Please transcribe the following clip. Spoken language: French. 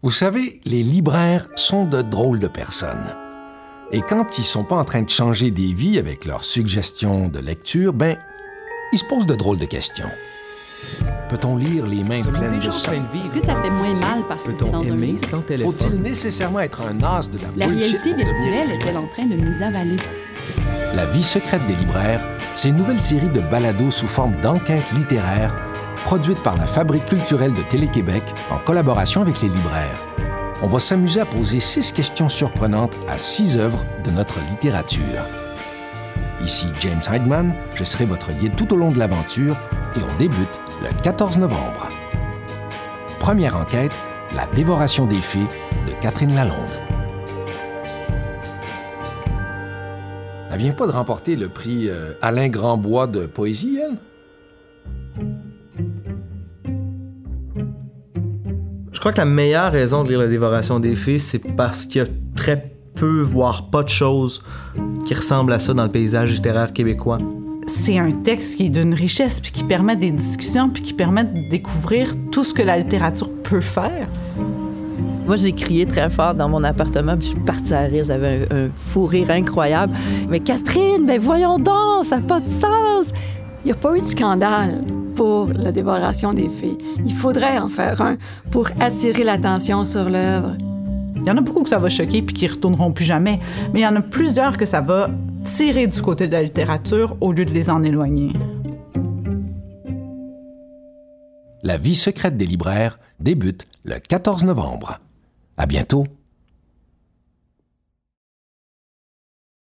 Vous savez, les libraires sont de drôles de personnes. Et quand ils sont pas en train de changer des vies avec leurs suggestions de lecture, ils se posent de drôles de questions. Peut-on lire les mains pleines de sang? Est-ce que ça fait moins mal parce que c'est dans un livre? sans téléphone? Faut-il nécessairement être un as de La bullshit réalité pour devenir virtuelle est-elle en train de nous avaler? La vie secrète des libraires, c'est une nouvelle série de balados sous forme d'enquête littéraire produite par la Fabrique culturelle de Télé-Québec en collaboration avec les libraires. On va s'amuser à poser 6 questions surprenantes à 6 œuvres de notre littérature. Ici James Heidman, je serai votre guide tout au long de l'aventure et on débute le 14 novembre. Première enquête, La dévoration des fées de Catherine Lalonde. Elle vient pas de remporter le prix Alain Grandbois de poésie, elle? Je crois que la meilleure raison de lire La dévoration des fées, c'est parce qu'il y a très peu, voire pas de choses qui ressemblent à ça dans le paysage littéraire québécois. C'est un texte qui est d'une richesse, puis qui permet des discussions, puis qui permet de découvrir tout ce que la littérature peut faire. Moi, j'ai crié très fort dans mon appartement, puis je suis partie à rire. J'avais un fou rire incroyable. Mais Catherine, voyons donc, ça n'a pas de sens! Il n'y a pas eu de scandale pour La dévoration des fées. Il faudrait en faire un pour attirer l'attention sur l'œuvre. Il y en a beaucoup que ça va choquer puis qui ne retourneront plus jamais, mais il y en a plusieurs que ça va tirer du côté de la littérature au lieu de les en éloigner. La vie secrète des libraires débute le 14 novembre. À bientôt!